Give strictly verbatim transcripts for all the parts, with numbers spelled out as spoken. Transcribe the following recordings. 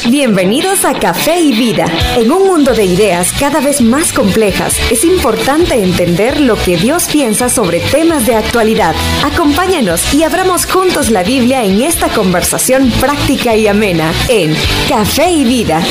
Bienvenidos a Café y Vida. En un mundo de ideas cada vez más complejas, es importante entender lo que Dios piensa sobre temas de actualidad. Acompáñanos y abramos juntos la Biblia en esta conversación práctica y amena en Café y Vida.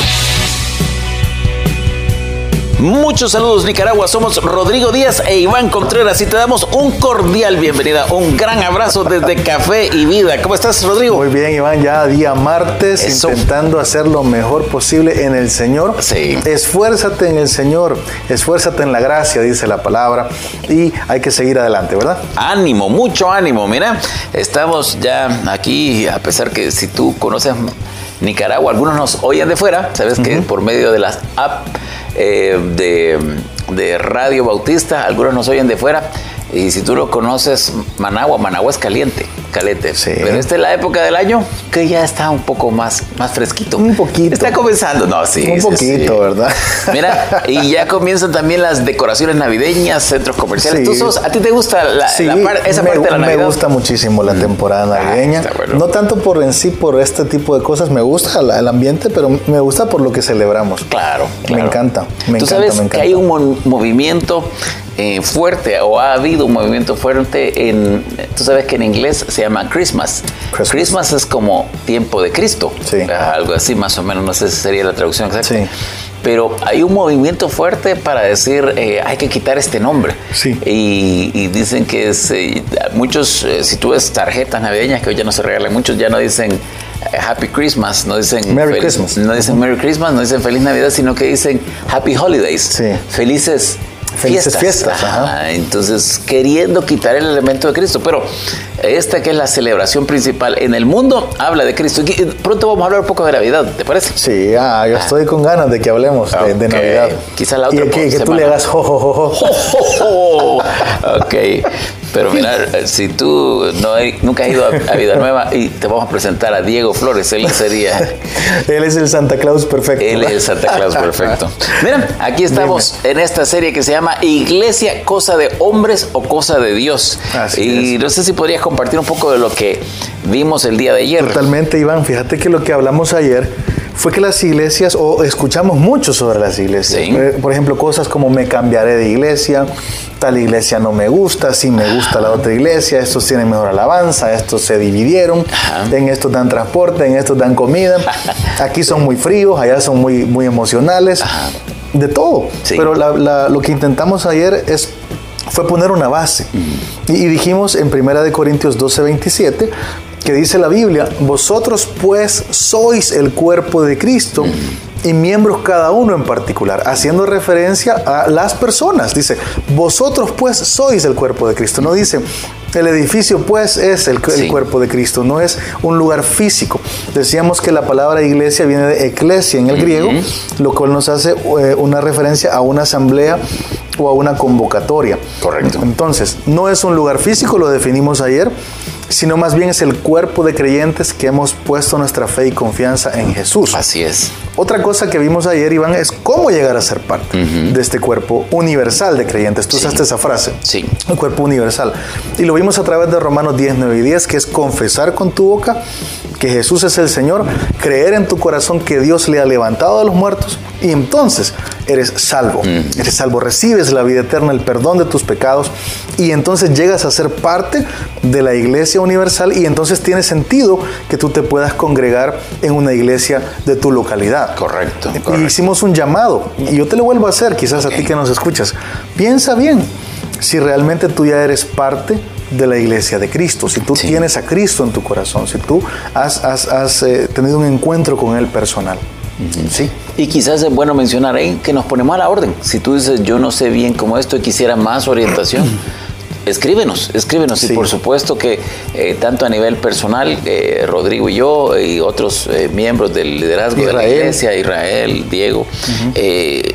Muchos saludos, Nicaragua. Somos Rodrigo Díaz e Iván Contreras y te damos un cordial bienvenida, un gran abrazo desde Café y Vida. ¿Cómo estás, Rodrigo? Muy bien, Iván, ya día martes, Eso. intentando hacer lo mejor posible en el Señor. Sí. Esfuérzate en el Señor, esfuérzate en la gracia, dice la palabra, y hay que seguir adelante, ¿verdad? Ánimo, mucho ánimo. Mira, estamos ya aquí, a pesar que si tú conoces Nicaragua, algunos nos oyen de fuera, sabes que uh-huh. por medio de las apps eh, de, de Radio Bautista, algunos nos oyen de fuera, y si tú lo conoces, Managua, Managua es caliente, calete, sí. pero esta es la época del año que ya está un poco más, más fresquito. Un poquito. Está comenzando, no, sí. Un sí, poquito, sí. ¿verdad? Mira, y ya comienzan también las decoraciones navideñas, centros comerciales. Sí. ¿Tú sos, a ti te gusta la, sí, la par, esa me, parte de la Navidad? Me gusta muchísimo la temporada navideña. Ah, bueno. No tanto por en sí, por este tipo de cosas. Me gusta el, el ambiente, pero me gusta por lo que celebramos. Claro, claro. Me encanta, me Tú encanta, sabes me encanta. que hay un mo- movimiento eh, fuerte, o ha habido un movimiento fuerte en, tú sabes que en inglés se llama Christmas. Christmas, Christmas es como tiempo de Cristo. Sí. Algo así más o menos, no sé si sería la traducción exacta. Sí. Pero hay un movimiento fuerte para decir, eh, hay que quitar este nombre. Sí. Y, y dicen que es, eh, muchos, eh, si tú ves tarjetas navideñas, que hoy ya no se regalan muchos, ya no dicen eh, Happy Christmas, no dicen Merry fel- Christmas. no dicen uh-huh. Merry Christmas, no dicen Feliz Navidad, sino que dicen Happy Holidays. Sí. Felices Felices fiestas. fiestas. Ajá. Entonces, queriendo quitar el elemento de Cristo. Pero esta que es la celebración principal en el mundo, habla de Cristo. Y pronto vamos a hablar un poco de Navidad, ¿te parece? Sí, ah, yo Ah. estoy con ganas de que hablemos de, Okay. de Navidad. Quizá la otra Y que, que tú semana. le hagas jo, jo, jo, jo. Jo, jo, jo. Ok, pero mira, si tú no hay, nunca has ido a, a Vida Nueva y te vamos a presentar a Diego Flores, él sería... Él es el Santa Claus perfecto. Él es el Santa Claus perfecto. Mira, aquí estamos Dime. en esta serie que se llama Iglesia, cosa de hombres o cosa de Dios. Así y es. no sé si podrías compartir un poco de lo que vimos el día de ayer. Totalmente, Iván. Fíjate que lo que hablamos ayer fue que las iglesias, o escuchamos mucho sobre las iglesias. Sí. Por ejemplo, cosas como me cambiaré de iglesia, tal iglesia no me gusta, sí me gusta la otra iglesia, estos tienen mejor alabanza, estos se dividieron, Ajá. en estos dan transporte, en estos dan comida, aquí son muy fríos, allá son muy, muy emocionales, Ajá. de todo. Sí. Pero la, la, lo que intentamos ayer es fue poner una base. Mm. Y, y dijimos en primera de Corintios doce veintisiete que dice la Biblia, vosotros pues sois el cuerpo de Cristo mm. y miembros cada uno en particular, haciendo referencia a las personas. Dice, vosotros pues sois el cuerpo de Cristo. No dice, el edificio pues es el, el sí. cuerpo de Cristo, no es un lugar físico. Decíamos que la palabra iglesia viene de eclesia en el uh-huh. griego, lo cual nos hace eh, una referencia a una asamblea o a una convocatoria. Correcto. Entonces, no es un lugar físico, lo definimos ayer, sino más bien es el cuerpo de creyentes que hemos puesto nuestra fe y confianza en Jesús. Así es. Otra cosa que vimos ayer, Iván, es cómo llegar a ser parte uh-huh. de este cuerpo universal de creyentes. Tú sí. usaste esa frase. Sí. El cuerpo universal. Y lo vimos a través de Romanos diez, nueve y diez, que es confesar con tu boca que Jesús es el Señor, creer en tu corazón que Dios le ha levantado de los muertos y entonces eres salvo. Uh-huh. Eres salvo, recibes la vida eterna, el perdón de tus pecados y entonces llegas a ser parte de la iglesia universal y entonces tiene sentido que tú te puedas congregar en una iglesia de tu localidad. Correcto. Y correcto. hicimos un llamado y yo te lo vuelvo a hacer, quizás okay. a ti que nos escuchas. Piensa bien si realmente tú ya eres parte de la iglesia de Cristo, si tú sí. tienes a Cristo en tu corazón, si tú has, has, has eh, tenido un encuentro con Él personal. Uh-huh. Sí. Y quizás es bueno mencionar ahí que nos ponemos a la orden. Si tú dices, yo no sé bien cómo esto y quisiera más orientación, escríbenos, escríbenos. Sí. Y por supuesto que eh, tanto a nivel personal, eh, Rodrigo y yo y otros eh, miembros del liderazgo Israel. de la iglesia, Israel, Diego, uh-huh. eh,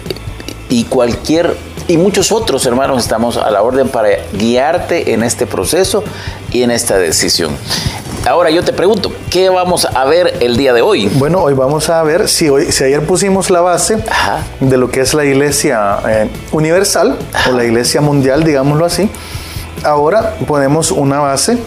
y cualquier... Y muchos otros hermanos estamos a la orden para guiarte en este proceso y en esta decisión. Ahora yo te pregunto, ¿qué vamos a ver el día de hoy? Bueno, hoy vamos a ver, si, hoy, si ayer pusimos la base Ajá. de lo que es la iglesia eh, universal Ajá. o la iglesia mundial, digámoslo así, ahora ponemos una base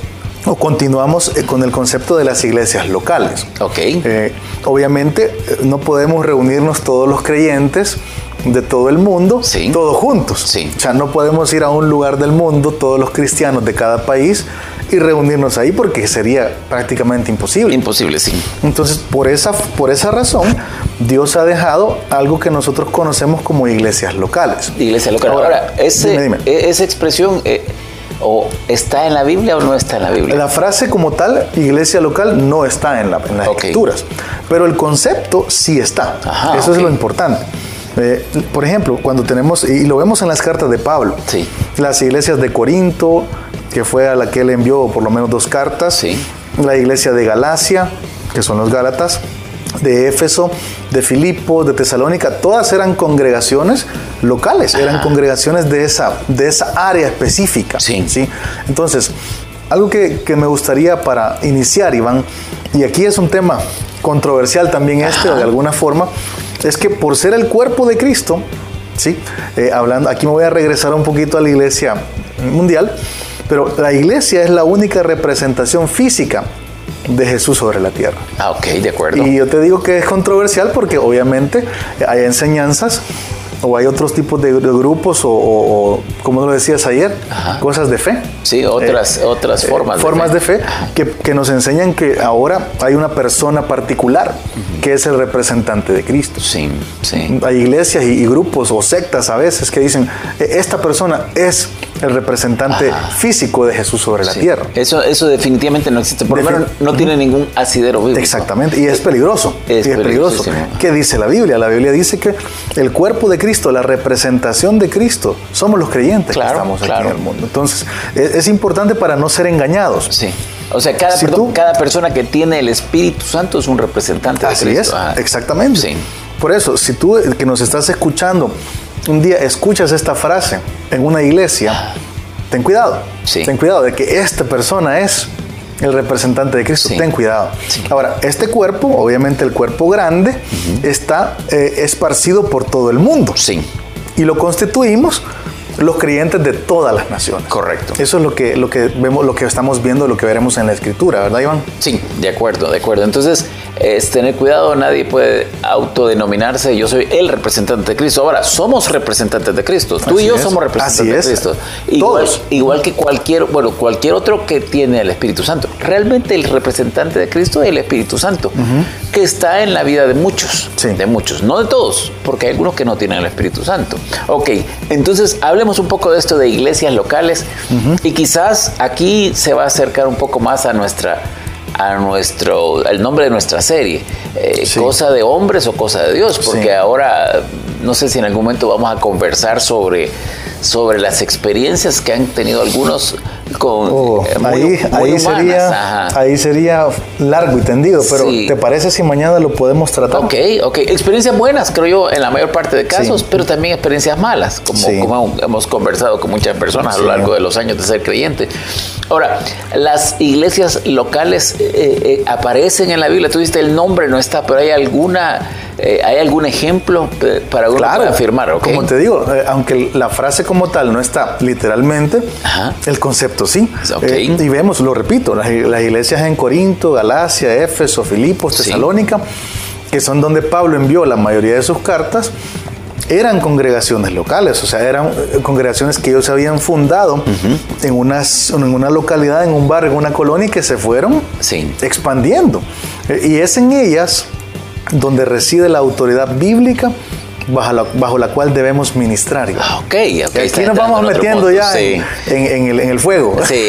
o continuamos eh, con el concepto de las iglesias locales. Ok. Eh, obviamente eh, no podemos reunirnos todos los creyentes de todo el mundo, sí. todos juntos. Sí. O sea, no podemos ir a un lugar del mundo, todos los cristianos de cada país, y reunirnos ahí porque sería prácticamente imposible. Imposible, sí. Entonces, por esa, por esa razón, Dios ha dejado algo que nosotros conocemos como iglesias locales. Iglesias locales. Ahora, Ahora ese, dime, dime. esa expresión... Eh, ¿O está en la Biblia o no está en la Biblia? La frase como tal, iglesia local, no está en, la, en las okay. escrituras, pero el concepto sí está. Ajá, Eso okay. es lo importante. Eh, por ejemplo, cuando tenemos, y lo vemos en las cartas de Pablo, sí. las iglesias de Corinto, que fue a la que él envió por lo menos dos cartas, sí. la iglesia de Galacia, que son los Gálatas, de Éfeso, de Filipos, de Tesalónica, todas eran congregaciones locales, Ajá. eran congregaciones de esa, de esa área específica. Sí. ¿sí? Entonces, algo que, que me gustaría para iniciar, Iván, y aquí es un tema controversial también este, Ajá. de alguna forma, es que por ser el cuerpo de Cristo, ¿sí? eh, hablando, aquí me voy a regresar un poquito a la iglesia mundial, pero la iglesia es la única representación física de Jesús sobre la tierra. Ah, ok, de acuerdo. Y yo te digo que es controversial porque obviamente hay enseñanzas o hay otros tipos de, de grupos o, o, o, como lo decías ayer, Ajá. cosas de fe. Sí, otras, eh, otras formas eh, formas de fe, de fe que, que nos enseñan que ahora hay una persona particular uh-huh. que es el representante de Cristo. Sí, sí. Hay iglesias y, y grupos o sectas a veces que dicen, esta persona es el representante Ajá. físico de Jesús sobre la sí. tierra. Eso, eso definitivamente no existe. Por lo menos no uh-huh. tiene ningún asidero bíblico. Exactamente, y es peligroso. Es, y es peligroso. ¿Qué dice la Biblia? La Biblia dice que el cuerpo de Cristo, la representación de Cristo, somos los creyentes claro, que estamos claro. aquí en el mundo. Entonces, es, es importante para no ser engañados. Sí. O sea, cada, si perdón, tú, cada persona que tiene el Espíritu Santo es un representante de así Cristo. Así es, exactamente. Sí. Por eso, si tú que nos estás escuchando, un día escuchas esta frase en una iglesia, ten cuidado. Sí. Ten cuidado de que esta persona es el representante de Cristo. Sí. Ten cuidado. Sí. Ahora, este cuerpo, obviamente el cuerpo grande, uh-huh. está eh, esparcido por todo el mundo. Sí. Y lo constituimos los creyentes de todas las naciones. Correcto. Eso es lo que, lo que vemos, lo que estamos viendo, lo que veremos en la Escritura, ¿verdad, Iván? Sí, de acuerdo, de acuerdo. Entonces, es tener cuidado, nadie puede autodenominarse, yo soy el representante de Cristo. Ahora, somos representantes de Cristo. Tú Así y yo es. somos representantes Así de es. Cristo. Igual, Todos. igual que cualquier, bueno, cualquier otro que tiene el Espíritu Santo. Realmente el representante de Cristo es el Espíritu Santo, uh-huh. que está en la vida de muchos, sí. de muchos, no de todos, porque hay algunos que no tienen el Espíritu Santo. Ok, entonces hablemos un poco de esto de iglesias locales uh-huh. y quizás aquí se va a acercar un poco más a nuestra a nuestro al nombre de nuestra serie, eh, sí. cosa de hombres o cosa de Dios, porque sí. ahora no sé si en algún momento vamos a conversar sobre sobre las experiencias que han tenido algunos con oh, eh, muy, ahí, muy ahí humanas. sería ahí sería largo y tendido, pero sí. ¿te parece si mañana lo podemos tratar? Ok, ok. Experiencias buenas, creo yo, en la mayor parte de casos, sí. pero también experiencias malas, como, sí. como hemos conversado con muchas personas sí. a lo largo de los años de ser creyente. Ahora, las iglesias locales eh, eh, aparecen en la Biblia. Tú dijiste el nombre no está, pero hay alguna eh, hay algún ejemplo para uno claro, afirmar, ¿ok? Como te digo, eh, aunque la frase como tal no está literalmente, Ajá. el concepto sí. Okay. Eh, y vemos, lo repito, las, las iglesias en Corinto, Galacia, Éfeso, Filipos, Tesalónica, sí. que son donde Pablo envió la mayoría de sus cartas, eran congregaciones locales, o sea, eran congregaciones que ellos habían fundado uh-huh. en, unas, en una localidad, en un barrio, en una colonia, y que se fueron sí. expandiendo. Y es en ellas donde reside la autoridad bíblica bajo la, bajo la cual debemos ministrar. Ah, ok, ok. Aquí nos vamos metiendo ya sí. en, en, en, el, en el fuego. Sí.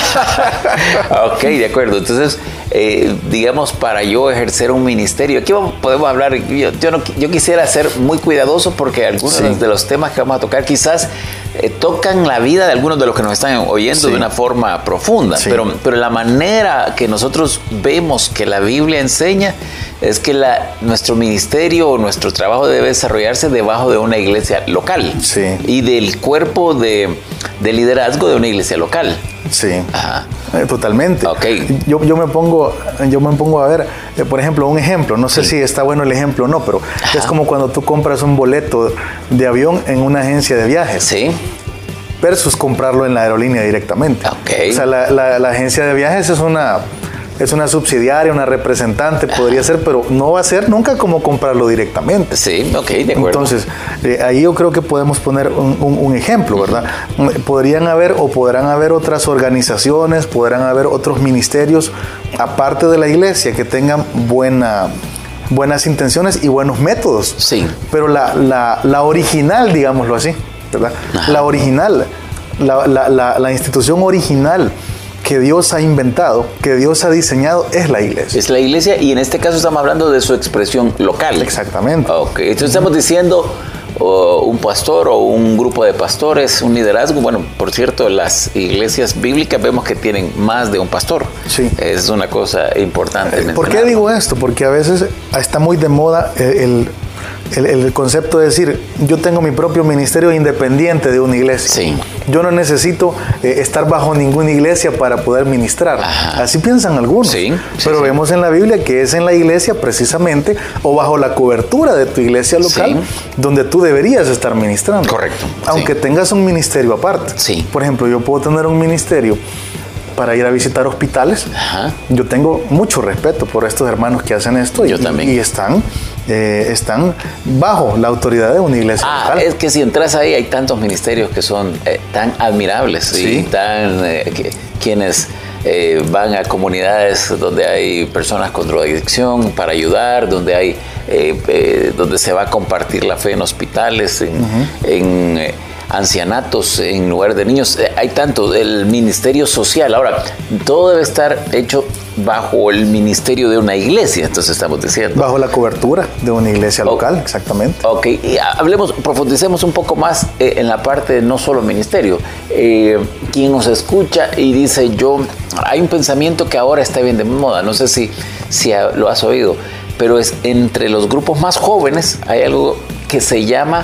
Ok, de acuerdo. Entonces, eh, digamos, para yo ejercer un ministerio, aquí vamos, podemos hablar, yo, yo, no, yo quisiera ser muy cuidadoso porque algunos sí. de los temas que vamos a tocar quizás eh, tocan la vida de algunos de los que nos están oyendo sí. de una forma profunda, sí. pero, pero la manera que nosotros vemos que la Biblia enseña es que la, nuestro ministerio o nuestro trabajo debe desarrollarse debajo de una iglesia local sí. y del cuerpo de, de liderazgo de una iglesia local. Sí, Ajá. Eh, totalmente. Okay. Yo, yo me pongo, yo me pongo a ver, eh, por ejemplo, un ejemplo. No sé sí. si está bueno el ejemplo o no, pero Ajá. es como cuando tú compras un boleto de avión en una agencia de viajes. Sí. versus comprarlo en la aerolínea directamente. Okay. O sea, la, la, la agencia de viajes es una, es una subsidiaria, una representante, podría ser, pero no va a ser nunca como comprarlo directamente. Sí, ok, de acuerdo. Entonces, eh, ahí yo creo que podemos poner un, un, un ejemplo, ¿verdad? Uh-huh. Podrían haber o podrán haber otras organizaciones, podrán haber otros ministerios, aparte de la iglesia, que tengan buena... buenas intenciones y buenos métodos. Sí. Pero la, la, la original, digámoslo así, ¿verdad? Ajá. La original, la, la, la, la institución original que Dios ha inventado, que Dios ha diseñado, es la iglesia. Es la iglesia, y en este caso estamos hablando de su expresión local. Exactamente. Ok, entonces estamos diciendo o un pastor o un grupo de pastores, un liderazgo. Bueno, por cierto, las iglesias bíblicas vemos que tienen más de un pastor. Sí. Es una cosa importante. Eh, ¿Por qué digo esto? Porque a veces está muy de moda el, el, el concepto de decir, yo tengo mi propio ministerio independiente de una iglesia. Sí. Yo no necesito eh, estar bajo ninguna iglesia para poder ministrar. Ajá. Así piensan algunos. Sí, sí, Pero sí. vemos en la Biblia que es en la iglesia precisamente, o bajo la cobertura de tu iglesia local, sí, donde tú deberías estar ministrando. Correcto. Aunque sí. tengas un ministerio aparte. Sí. Por ejemplo, yo puedo tener un ministerio para ir a visitar hospitales. Ajá. Yo tengo mucho respeto por estos hermanos que hacen esto. Yo y, también. Y están, eh, están bajo la autoridad de una iglesia ah, local. Es que si entras ahí hay tantos ministerios que son eh, tan admirables, sí. y tan eh, que, quienes eh, van a comunidades donde hay personas con drogadicción para ayudar, donde hay eh, eh, donde se va a compartir la fe en hospitales, en, uh-huh. en eh, ancianatos, en lugar de niños. Eh, hay tanto, el ministerio social. Ahora, todo debe estar hecho bajo el ministerio de una iglesia, entonces estamos diciendo. Bajo la cobertura de una iglesia local, okay. exactamente. Ok, y hablemos, profundicemos un poco más eh, en la parte de no solo ministerio. Eh, quien nos escucha y dice, yo, hay un pensamiento que ahora está bien de moda, no sé si, si lo has oído, pero es entre los grupos más jóvenes hay algo que se llama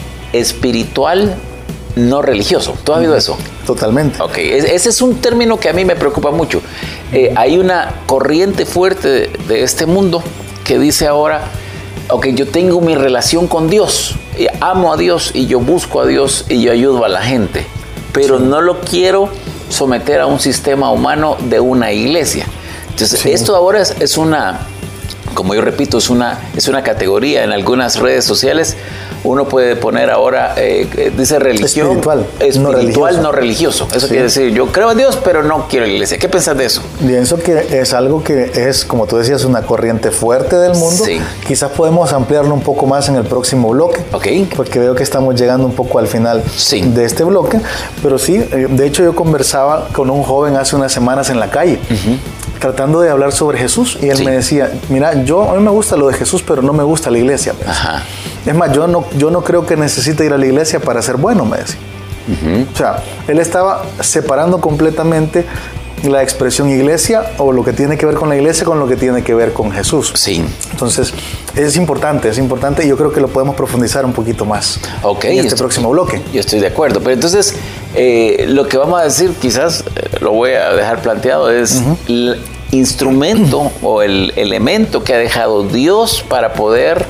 espiritual no religioso. ¿Tú has oído eso? Totalmente. Ok, ese es un término que a mí me preocupa mucho. Eh, hay una corriente fuerte de, de este mundo que dice ahora, ok, yo tengo mi relación con Dios, y amo a Dios y yo busco a Dios y yo ayudo a la gente, pero sí. no lo quiero someter a un sistema humano de una iglesia. Entonces, sí. esto ahora es, es una, como yo repito, es una, es una categoría en algunas redes sociales. Uno puede poner ahora, eh, dice religión. Espiritual. Espiritual, no religioso. No religioso. Eso sí. quiere decir, yo creo en Dios, pero no quiero la iglesia. ¿Qué piensas de eso? Pienso que es algo que es, como tú decías, una corriente fuerte del mundo. Sí. Quizás podemos ampliarlo un poco más en el próximo bloque. Ok. Porque veo que estamos llegando un poco al final sí. de este bloque. Pero sí, de hecho yo conversaba con un joven hace unas semanas en la calle. Uh-huh. Tratando de hablar sobre Jesús, y él sí. me decía, mira, yo, a mí me gusta lo de Jesús, pero no me gusta la iglesia. Ajá. Es más, yo no, yo no creo que necesite ir a la iglesia para ser bueno, me decía. Uh-huh. O sea, él estaba separando completamente la expresión iglesia, o lo que tiene que ver con la iglesia, con lo que tiene que ver con Jesús. Sí. Entonces, es importante, es importante, y yo creo que lo podemos profundizar un poquito más okay, en este estoy, próximo bloque. Yo estoy de acuerdo, pero entonces, eh, lo que vamos a decir, quizás eh, lo voy a dejar planteado, es uh-huh. el instrumento o el elemento que ha dejado Dios para poder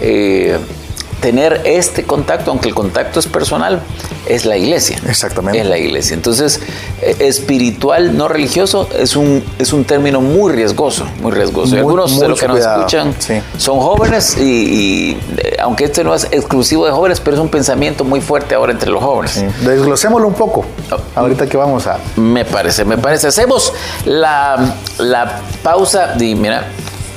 eh, tener este contacto, aunque el contacto es personal, es la iglesia. Exactamente. Es la iglesia. Entonces, eh, espiritual no religioso es un, es un término muy riesgoso, muy riesgoso. Muy, Algunos de los que nos cuidado. escuchan sí. son jóvenes y, y eh, aunque este no es exclusivo de jóvenes, pero es un pensamiento muy fuerte ahora entre los jóvenes. Sí. Desglosémoslo un poco, ahorita que vamos a... Me parece, me parece. Hacemos la, la pausa y mira...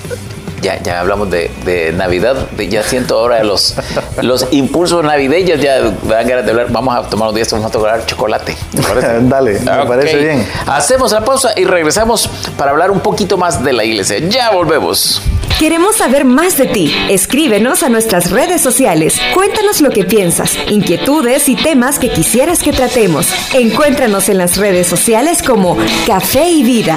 Ya, ya hablamos de, de Navidad, de, ya siento ahora los, los impulsos navideños, ya me dan ganas de hablar. Vamos a tomar unos días, vamos a tomar chocolate. ¿Me parece? Dale, me okay. parece bien. Hacemos la pausa y regresamos para hablar un poquito más de la iglesia. Ya volvemos. Queremos saber más de ti. Escríbenos a nuestras redes sociales. Cuéntanos lo que piensas, inquietudes y temas que quisieras que tratemos. Encuéntranos en las redes sociales como Café y Vida.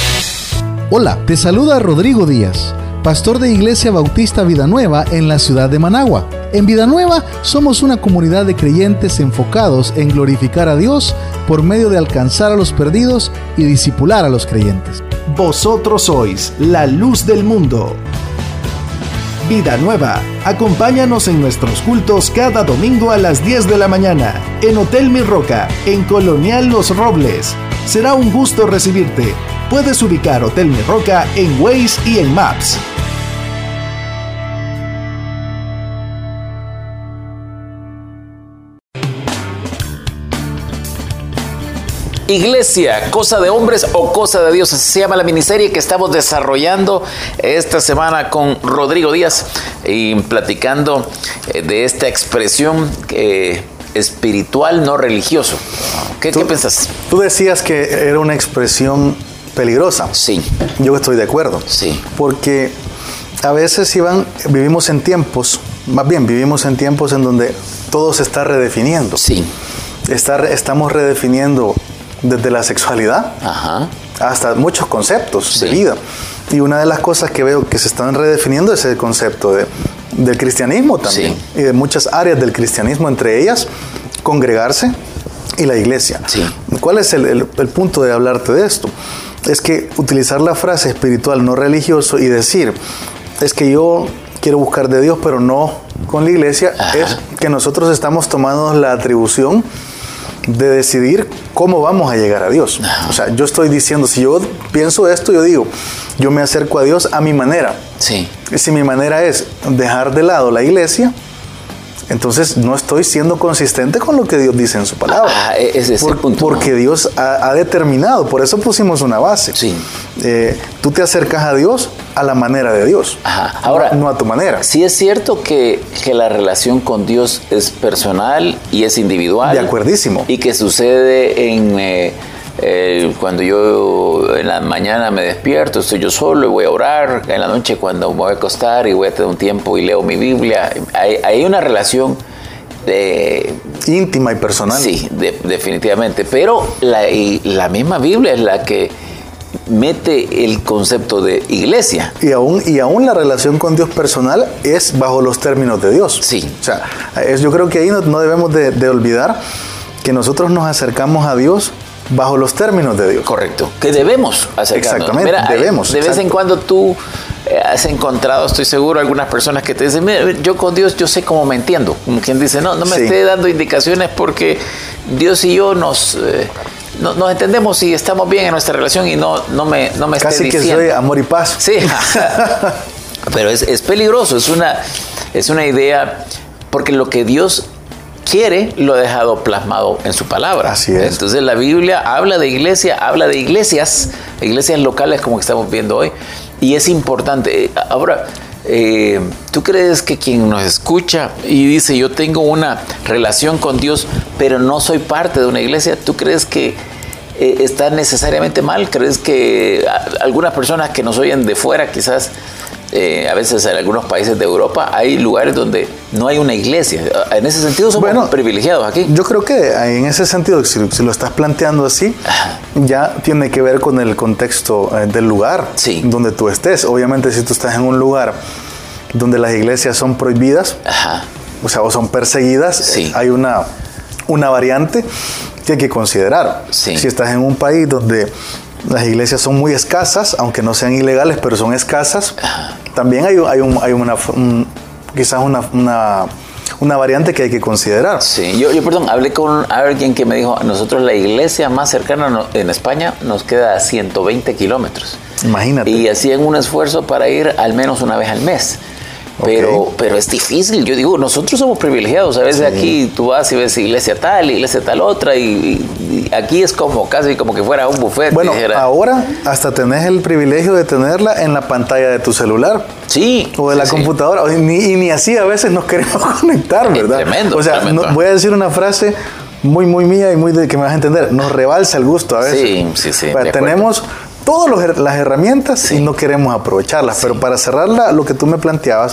Hola, te saluda Rodrigo Díaz, pastor de Iglesia Bautista Vida Nueva en la ciudad de Managua. En Vida Nueva somos una comunidad de creyentes enfocados en glorificar a Dios por medio de alcanzar a los perdidos y discipular a los creyentes. Vosotros sois la luz del mundo. Vida Nueva. Acompáñanos en nuestros cultos cada domingo a las diez de la mañana en Hotel Mi Roca, en Colonial Los Robles. Será un gusto recibirte. Puedes ubicar Hotel Mi Roca en Waze y en Maps. Iglesia, cosa de hombres o cosa de Dios, así se llama la miniserie que estamos desarrollando esta semana con Rodrigo Díaz y platicando de esta expresión eh, espiritual no religioso. ¿Qué, ¿Qué piensas? Tú decías que era una expresión peligrosa. Sí. Yo estoy de acuerdo. Sí. Porque a veces, Iván, vivimos en tiempos, más bien vivimos en tiempos en donde todo se está redefiniendo. Sí. Está, estamos redefiniendo desde la sexualidad, ajá, hasta muchos conceptos, sí, de vida. Y una de las cosas que veo que se están redefiniendo es el concepto de, del cristianismo también, sí, y de muchas áreas del cristianismo, entre ellas congregarse y la iglesia. Sí. ¿Cuál es el, el, el punto de hablarte de esto? Es que utilizar la frase espiritual no religioso y decir, es que yo quiero buscar de Dios, pero no con la iglesia, ajá, es que nosotros estamos tomando la atribución de decidir cómo vamos a llegar a Dios. O sea, yo estoy diciendo, si yo pienso esto, yo digo, yo me acerco a Dios a mi manera. Sí. Y si mi manera es dejar de lado la iglesia, entonces no estoy siendo consistente con lo que Dios dice en su palabra. Ah, ese es por, el punto. Porque Dios ha, ha determinado, por eso pusimos una base. Sí. Eh, tú te acercas a Dios a la manera de Dios. Ajá. Ahora, no, no a tu manera. Sí es cierto que, que la relación con Dios es personal y es individual. De acuerdísimo. Y que sucede en... Eh, Eh, cuando yo en la mañana me despierto, estoy yo solo y voy a orar. En la noche cuando me voy a acostar y voy a tener un tiempo y leo mi Biblia. Hay, hay una relación de, íntima y personal. Sí, de, definitivamente. Pero la, y la misma Biblia es la que mete el concepto de iglesia. Y aún, y aún la relación con Dios personal es bajo los términos de Dios. Sí. O sea, es, yo creo que ahí no, no debemos de, de olvidar que nosotros nos acercamos a Dios bajo los términos de Dios. Correcto. Que debemos acercarnos. Exactamente, Mira, debemos. De vez exacto. en cuando tú eh, has encontrado, estoy seguro, algunas personas que te dicen, mira, yo con Dios yo sé cómo me entiendo. Como quien dice, no, no me sí. esté dando indicaciones porque Dios y yo nos... Eh, no, nos entendemos y estamos bien en nuestra relación y no, no me, no me esté Casi diciendo. que soy amor y paz. Sí. Pero es, es peligroso, es una, es una idea, porque lo que Dios quiere, lo ha dejado plasmado en su palabra. Así es. Entonces la Biblia habla de iglesia, habla de iglesias, iglesias locales como que estamos viendo hoy, y es importante. Ahora, eh, ¿tú crees que quien nos escucha y dice, yo tengo una relación con Dios, pero no soy parte de una iglesia, ¿tú crees que eh, está necesariamente mal? ¿Crees que a, algunas personas que nos oyen de fuera, quizás, Eh, a veces en algunos países de Europa hay lugares donde no hay una iglesia? En ese sentido somos bueno, privilegiados aquí. Yo creo que en ese sentido, si, si lo estás planteando así, ajá, ya tiene que ver con el contexto eh, del lugar, sí, donde tú estés. Obviamente si tú estás en un lugar donde las iglesias son prohibidas, ajá, o sea, o son perseguidas, sí, hay una, una variante que hay que considerar. Sí. Si estás en un país donde las iglesias son muy escasas, aunque no sean ilegales, pero son escasas, también hay, hay, un, hay una, un, quizás una, una, una variante que hay que considerar. Sí, yo, yo perdón, hablé con alguien que me dijo, nosotros la iglesia más cercana en España nos queda a ciento veinte kilómetros. Imagínate. Y hacían un esfuerzo para ir al menos una vez al mes. Pero, okay, pero es difícil. Yo digo, nosotros somos privilegiados. A veces sí, aquí tú vas y ves iglesia tal, iglesia tal otra, y, y, y aquí es como casi como que fuera un buffet. Bueno, ahora hasta tenés el privilegio de tenerla en la pantalla de tu celular. Sí. O de la sí, computadora. Sí. Ni, y ni así a veces nos queremos conectar, ¿verdad? Es tremendo. O sea, tremendo. No, voy a decir una frase muy, muy mía y muy de que me vas a entender. Nos rebalsa el gusto a veces. Sí, sí, sí. Pero tenemos todas las herramientas, sí, y no queremos aprovecharlas. Sí. Pero para cerrarla, lo que tú me planteabas,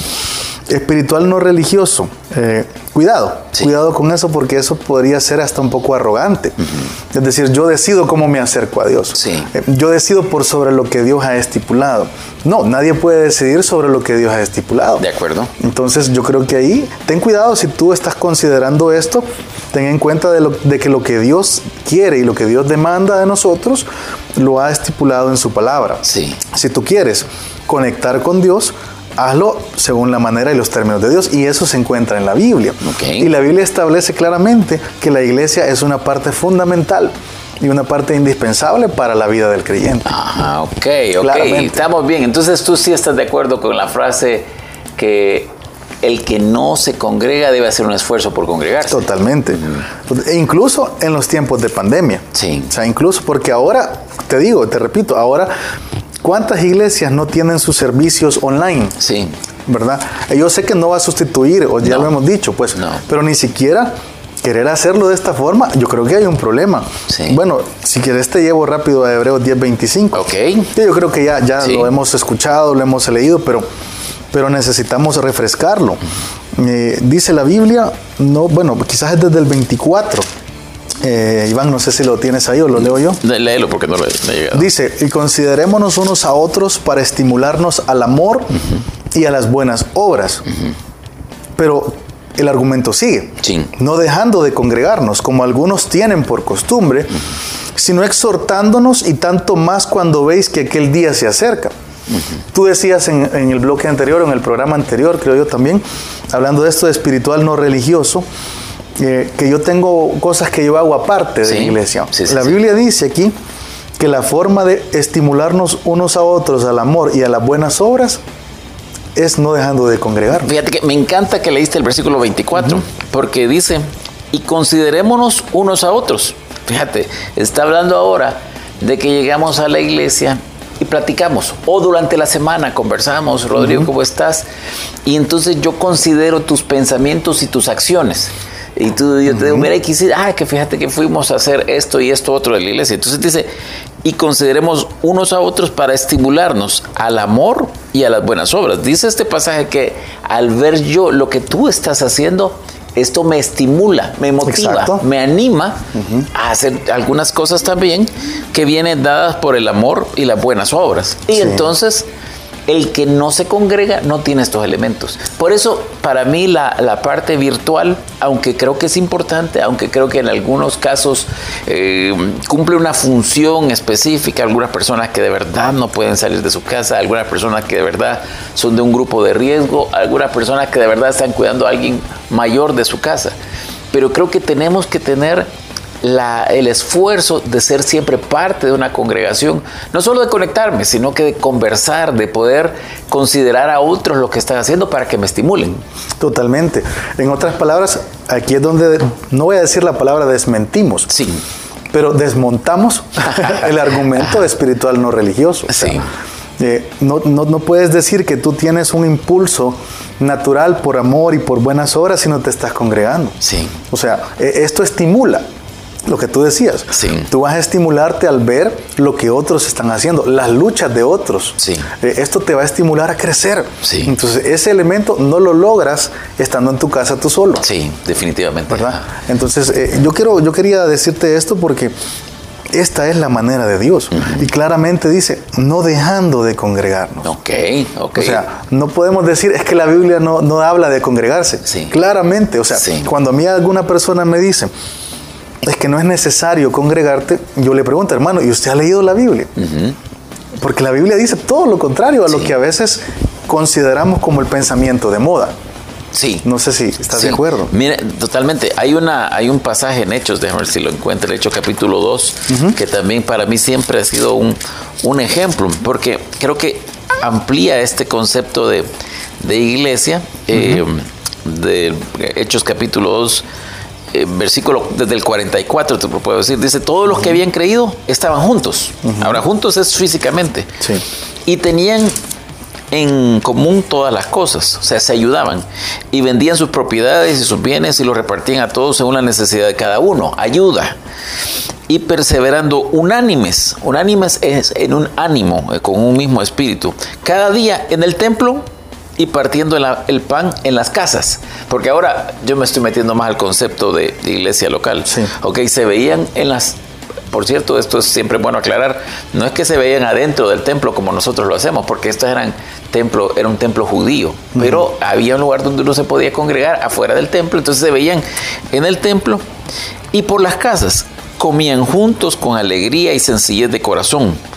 espiritual no religioso, eh, cuidado, sí, cuidado con eso, porque eso podría ser hasta un poco arrogante. Uh-huh. Es decir, yo decido cómo me acerco a Dios. Sí. Eh, yo decido por sobre lo que Dios ha estipulado. No, nadie puede decidir sobre lo que Dios ha estipulado. De acuerdo. Entonces yo creo que ahí, ten cuidado si tú estás considerando esto, ten en cuenta de, lo, de que lo que Dios quiere y lo que Dios demanda de nosotros, lo ha estipulado en su palabra. Sí. Si tú quieres conectar con Dios, hazlo según la manera y los términos de Dios. Y eso se encuentra en la Biblia. Okay. Y la Biblia establece claramente que la iglesia es una parte fundamental y una parte indispensable para la vida del creyente. Ajá, ok, ok. Estamos bien. Entonces tú sí estás de acuerdo con la frase que el que no se congrega debe hacer un esfuerzo por congregarse. Totalmente. Mm. E incluso en los tiempos de pandemia. Sí. O sea, incluso porque ahora, te digo, te repito, ahora, ¿cuántas iglesias no tienen sus servicios online? Sí. ¿Verdad? Yo sé que no va a sustituir, o ya no. lo hemos dicho, pues, no. pero ni siquiera querer hacerlo de esta forma, yo creo que hay un problema. Sí. Bueno, si quieres te llevo rápido a Hebreos diez veinticinco. Ok. Yo creo que ya, ya sí. lo hemos escuchado, lo hemos leído, pero, pero necesitamos refrescarlo. Eh, dice la Biblia, no, bueno, quizás es desde el veinticuatro. Eh, Iván, no sé si lo tienes ahí o lo leo yo. Léelo porque no lo he llegado. Dice, y considerémonos unos a otros para estimularnos al amor uh-huh. y a las buenas obras. Uh-huh. Pero el argumento sigue, sí. no dejando de congregarnos, como algunos tienen por costumbre, uh-huh. sino exhortándonos, y tanto más cuando veis que aquel día se acerca. Uh-huh. Tú decías en, en el bloque anterior, en el programa anterior, creo yo también, hablando de esto de espiritual no religioso, eh, que yo tengo cosas que yo hago aparte sí. de la iglesia. Sí, sí, la sí. Biblia dice aquí que la forma de estimularnos unos a otros al amor y a las buenas obras es no dejando de congregarnos. Fíjate que me encanta que leíste el versículo veinticuatro, uh-huh. porque dice, y considerémonos unos a otros. Fíjate, está hablando ahora de que llegamos a la iglesia y platicamos, o durante la semana conversamos, Rodrigo, uh-huh. ¿cómo estás? Y entonces yo considero tus pensamientos y tus acciones. Y tú, yo te digo, mira, quisiera, ah, que fíjate que fuimos a hacer esto y esto otro de la iglesia. Entonces dice, y consideremos unos a otros para estimularnos al amor y a las buenas obras. Dice este pasaje que al ver yo lo que tú estás haciendo, esto me estimula, me motiva, exacto. me anima uh-huh. a hacer algunas cosas también que vienen dadas por el amor y las buenas obras. Y sí. entonces el que no se congrega no tiene estos elementos. Por eso, para mí, la, la parte virtual, aunque creo que es importante, aunque creo que en algunos casos eh, cumple una función específica, algunas personas que de verdad no pueden salir de su casa, algunas personas que de verdad son de un grupo de riesgo, algunas personas que de verdad están cuidando a alguien mayor de su casa. Pero creo que tenemos que tener La, el esfuerzo de ser siempre parte de una congregación, no solo de conectarme, sino que de conversar, de poder considerar a otros lo que están haciendo para que me estimulen. Totalmente. En otras palabras, aquí es donde, no voy a decir la palabra desmentimos, sí. pero desmontamos el argumento espiritual no religioso. Sí. O sea, eh, no, no, no puedes decir que tú tienes un impulso natural por amor y por buenas obras si no te estás congregando. Sí. O sea, eh, esto estimula. Lo que tú decías, sí. tú vas a estimularte al ver lo que otros están haciendo, las luchas de otros. Sí. Eh, esto te va a estimular a crecer. Sí. Entonces, ese elemento no lo logras estando en tu casa tú solo. Sí, definitivamente. ¿Verdad? Entonces, eh, yo, quiero, yo quería decirte esto porque esta es la manera de Dios. Uh-huh. Y claramente dice, no dejando de congregarnos. Ok, ok. O sea, no podemos decir, es que la Biblia no, no habla de congregarse. Sí. Claramente, o sea, sí. cuando a mí alguna persona me dice, es que no es necesario congregarte, yo le pregunto, hermano, ¿y usted ha leído la Biblia? Uh-huh. Porque la Biblia dice todo lo contrario a sí. lo que a veces consideramos como el pensamiento de moda. Sí. No sé si estás sí. de acuerdo. Mira, totalmente. Hay una, hay un pasaje en Hechos, déjame ver si lo encuentro, Hechos capítulo dos, uh-huh. que también para mí siempre ha sido un, un ejemplo, porque creo que amplía este concepto de, de iglesia, uh-huh. eh, de Hechos capítulo dos, Eh, versículo desde el cuarenta y cuatro, te lo puedo decir, dice, todos los que habían creído estaban juntos. Uh-huh. Ahora, juntos es físicamente. Sí. Y tenían en común todas las cosas, o sea, se ayudaban y vendían sus propiedades y sus bienes y los repartían a todos según la necesidad de cada uno. Ayuda. Y perseverando unánimes, unánimes es en un ánimo, eh, con un mismo espíritu, cada día en el templo y partiendo el, el pan en las casas. Porque ahora yo me estoy metiendo más al concepto de, de iglesia local. Sí. Ok, se veían en las... Por cierto, esto es siempre bueno aclarar, no es que se veían adentro del templo como nosotros lo hacemos, porque esto eran templo, era un templo judío, uh-huh. pero había un lugar donde uno se podía congregar afuera del templo, entonces se veían en el templo y por las casas, comían juntos con alegría y sencillez de corazón,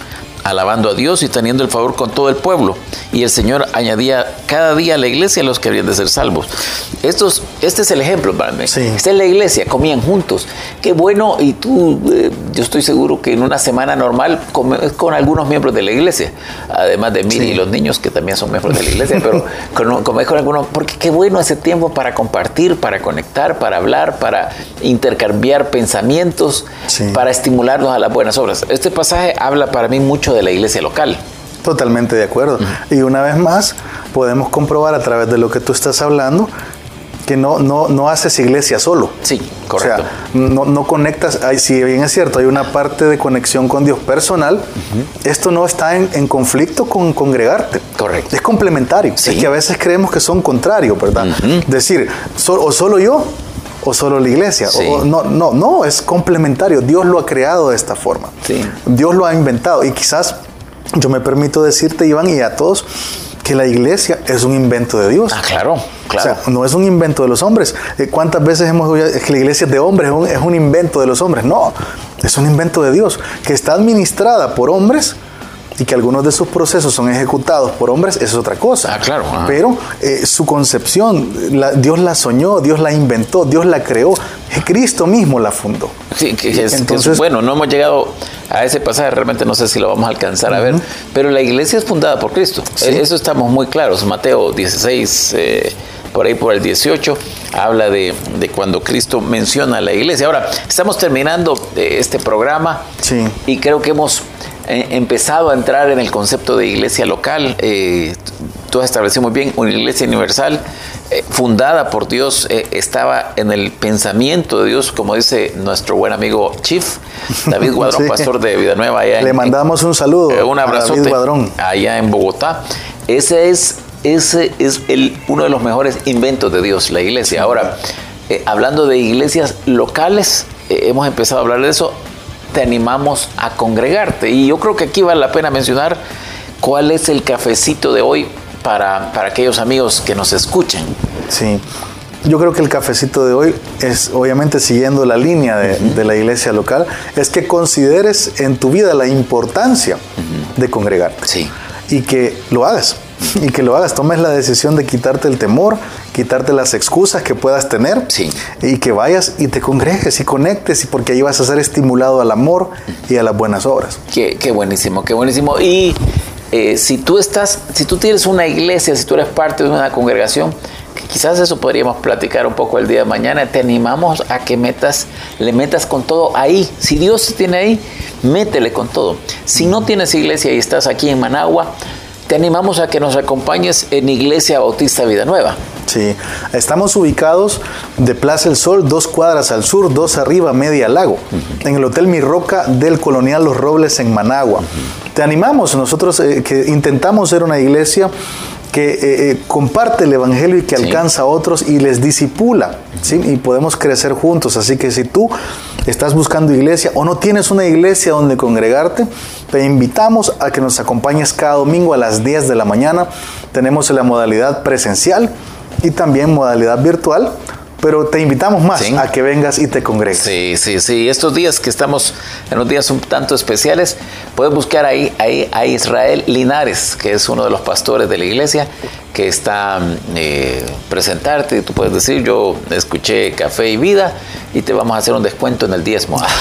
alabando a Dios y teniendo el favor con todo el pueblo. Y el Señor añadía cada día a la iglesia a los que habrían de ser salvos. Estos, este es el ejemplo para mí. Sí. Esta es la iglesia, comían juntos. Qué bueno, y tú, eh, yo estoy seguro que en una semana normal comes con algunos miembros de la iglesia, además de Miri sí. y los niños que también son miembros de la iglesia, pero con, comes con algunos, porque qué bueno ese tiempo para compartir, para conectar, para hablar, para intercambiar pensamientos, sí. para estimularnos a las buenas obras. Este pasaje habla para mí mucho de la iglesia local. Totalmente de acuerdo. Uh-huh. Y una vez más, podemos comprobar a través de lo que tú estás hablando que no, no, no haces iglesia solo. Sí, correcto. O sea, no, no conectas, hay, si bien es cierto, hay una parte de conexión con Dios personal, uh-huh. esto no está en, en conflicto con congregarte. Correcto. Es complementario. Sí. Es que a veces creemos que son contrarios, ¿verdad? Uh-huh. Decir, so, o solo yo, o solo la iglesia. Sí. O, no, no, no, es complementario. Dios lo ha creado de esta forma. Sí. Dios lo ha inventado. Y quizás yo me permito decirte, Iván, y a todos, que la iglesia es un invento de Dios. Ah, claro, claro. O sea, no es un invento de los hombres. ¿Cuántas veces hemos oído que la iglesia es de hombres, es un, es un invento de los hombres? No, es un invento de Dios, que está administrada por hombres y que algunos de sus procesos son ejecutados por hombres, eso es otra cosa. Ah, claro. Ajá. Pero eh, su concepción, la, Dios la soñó, Dios la inventó, Dios la creó, Cristo mismo la fundó. Sí, que es, Entonces, que es, bueno, no hemos llegado a ese pasaje, realmente no sé si lo vamos a alcanzar uh-huh. a ver, pero la iglesia es fundada por Cristo. Sí. Eso estamos muy claros. Mateo dieciséis, eh, por ahí por el dieciocho, habla de, de cuando Cristo menciona a la iglesia. Ahora, estamos terminando este programa sí. y creo que hemos eh, empezado a entrar en el concepto de iglesia local. Eh, tú has establecido muy bien, una iglesia universal eh, fundada por Dios, eh, estaba en el pensamiento de Dios, como dice nuestro buen amigo Chief David Guadrón, sí. pastor de Vida Nueva. Allá Le en, mandamos un saludo eh, un abrazote a David Guadrón. Allá en Bogotá. Ese es, ese es el, uno de los mejores inventos de Dios, la iglesia. Sí. Ahora, eh, hablando de iglesias locales, eh, hemos empezado a hablar de eso. Te animamos a congregarte. Y yo creo que aquí vale la pena mencionar cuál es el cafecito de hoy para, para aquellos amigos que nos escuchen. Sí, yo creo que el cafecito de hoy es, obviamente siguiendo la línea de, uh-huh. de la iglesia local, es que consideres en tu vida la importancia uh-huh. de congregarte. Sí. Y que lo hagas. Y que lo hagas, tomes la decisión de quitarte el temor, quitarte las excusas que puedas tener sí. y que vayas y te congregues y conectes, y porque ahí vas a ser estimulado al amor y a las buenas obras. Qué, qué buenísimo, qué buenísimo. Y eh, si tú estás, si tú tienes una iglesia, si tú eres parte de una congregación, que quizás eso podríamos platicar un poco el día de mañana, te animamos a que metas, le metas con todo ahí. Si Dios te tiene ahí, métele con todo. Si no tienes iglesia y estás aquí en Managua, te animamos a que nos acompañes en Iglesia Bautista Vida Nueva. Sí, estamos ubicados de Plaza El Sol, dos cuadras al sur, dos arriba, media lago, uh-huh. en el Hotel Mi Roca del Colonial Los Robles en Managua. Uh-huh. Te animamos, nosotros eh, que intentamos ser una iglesia que eh, eh, comparte el evangelio y que sí. alcanza a otros y les discipula, uh-huh. ¿sí? Y podemos crecer juntos. Así que si tú estás buscando iglesia o no tienes una iglesia donde congregarte, te invitamos a que nos acompañes cada domingo a las diez de la mañana. Tenemos la modalidad presencial y también modalidad virtual, pero te invitamos más sí. a que vengas y te congregues. Sí, sí, sí. Estos días que estamos en los días un tanto especiales, puedes buscar ahí, ahí a Israel Linares, que es uno de los pastores de la iglesia, que está eh, presentarte. Tú puedes decir, yo escuché Café y Vida y te vamos a hacer un descuento en el diezmo. no,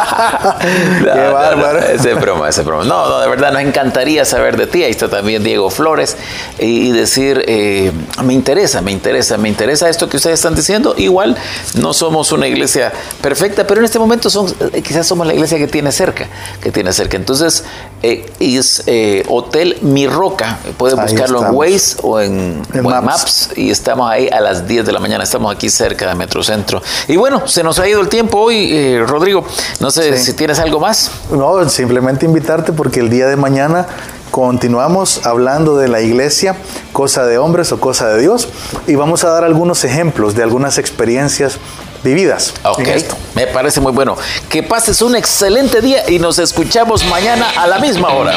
Qué bárbaro. No, no, ese es broma, ese es broma. No, no, de verdad nos encantaría saber de ti. Ahí está también Diego Flores y decir, eh, me interesa, me interesa, me interesa esto que ustedes están diciendo. Igual no somos una iglesia perfecta, pero en este momento son, quizás somos la iglesia que tiene cerca, que tiene cerca. Entonces, eh, es eh, Hotel Mi Roca. Puedes ahí buscarlo estamos. En Waze o en, en, o en Maps. Maps y estamos ahí a las diez de la mañana. Estamos aquí cerca de Metrocentro. Y bueno, se nos ha ido el tiempo hoy, eh, Rodrigo. No sé sí. si tienes algo más. No, simplemente invitarte porque el día de mañana continuamos hablando de la iglesia, cosa de hombres o cosa de Dios, y vamos a dar algunos ejemplos de algunas experiencias vividas. Ok, en esto. Me parece muy bueno. Que pases un excelente día y nos escuchamos mañana a la misma hora.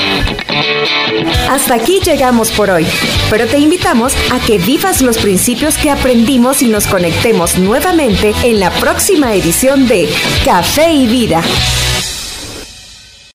Hasta aquí llegamos por hoy, pero te invitamos a que vivas los principios que aprendimos y nos conectemos nuevamente en la próxima edición de Café y Vida.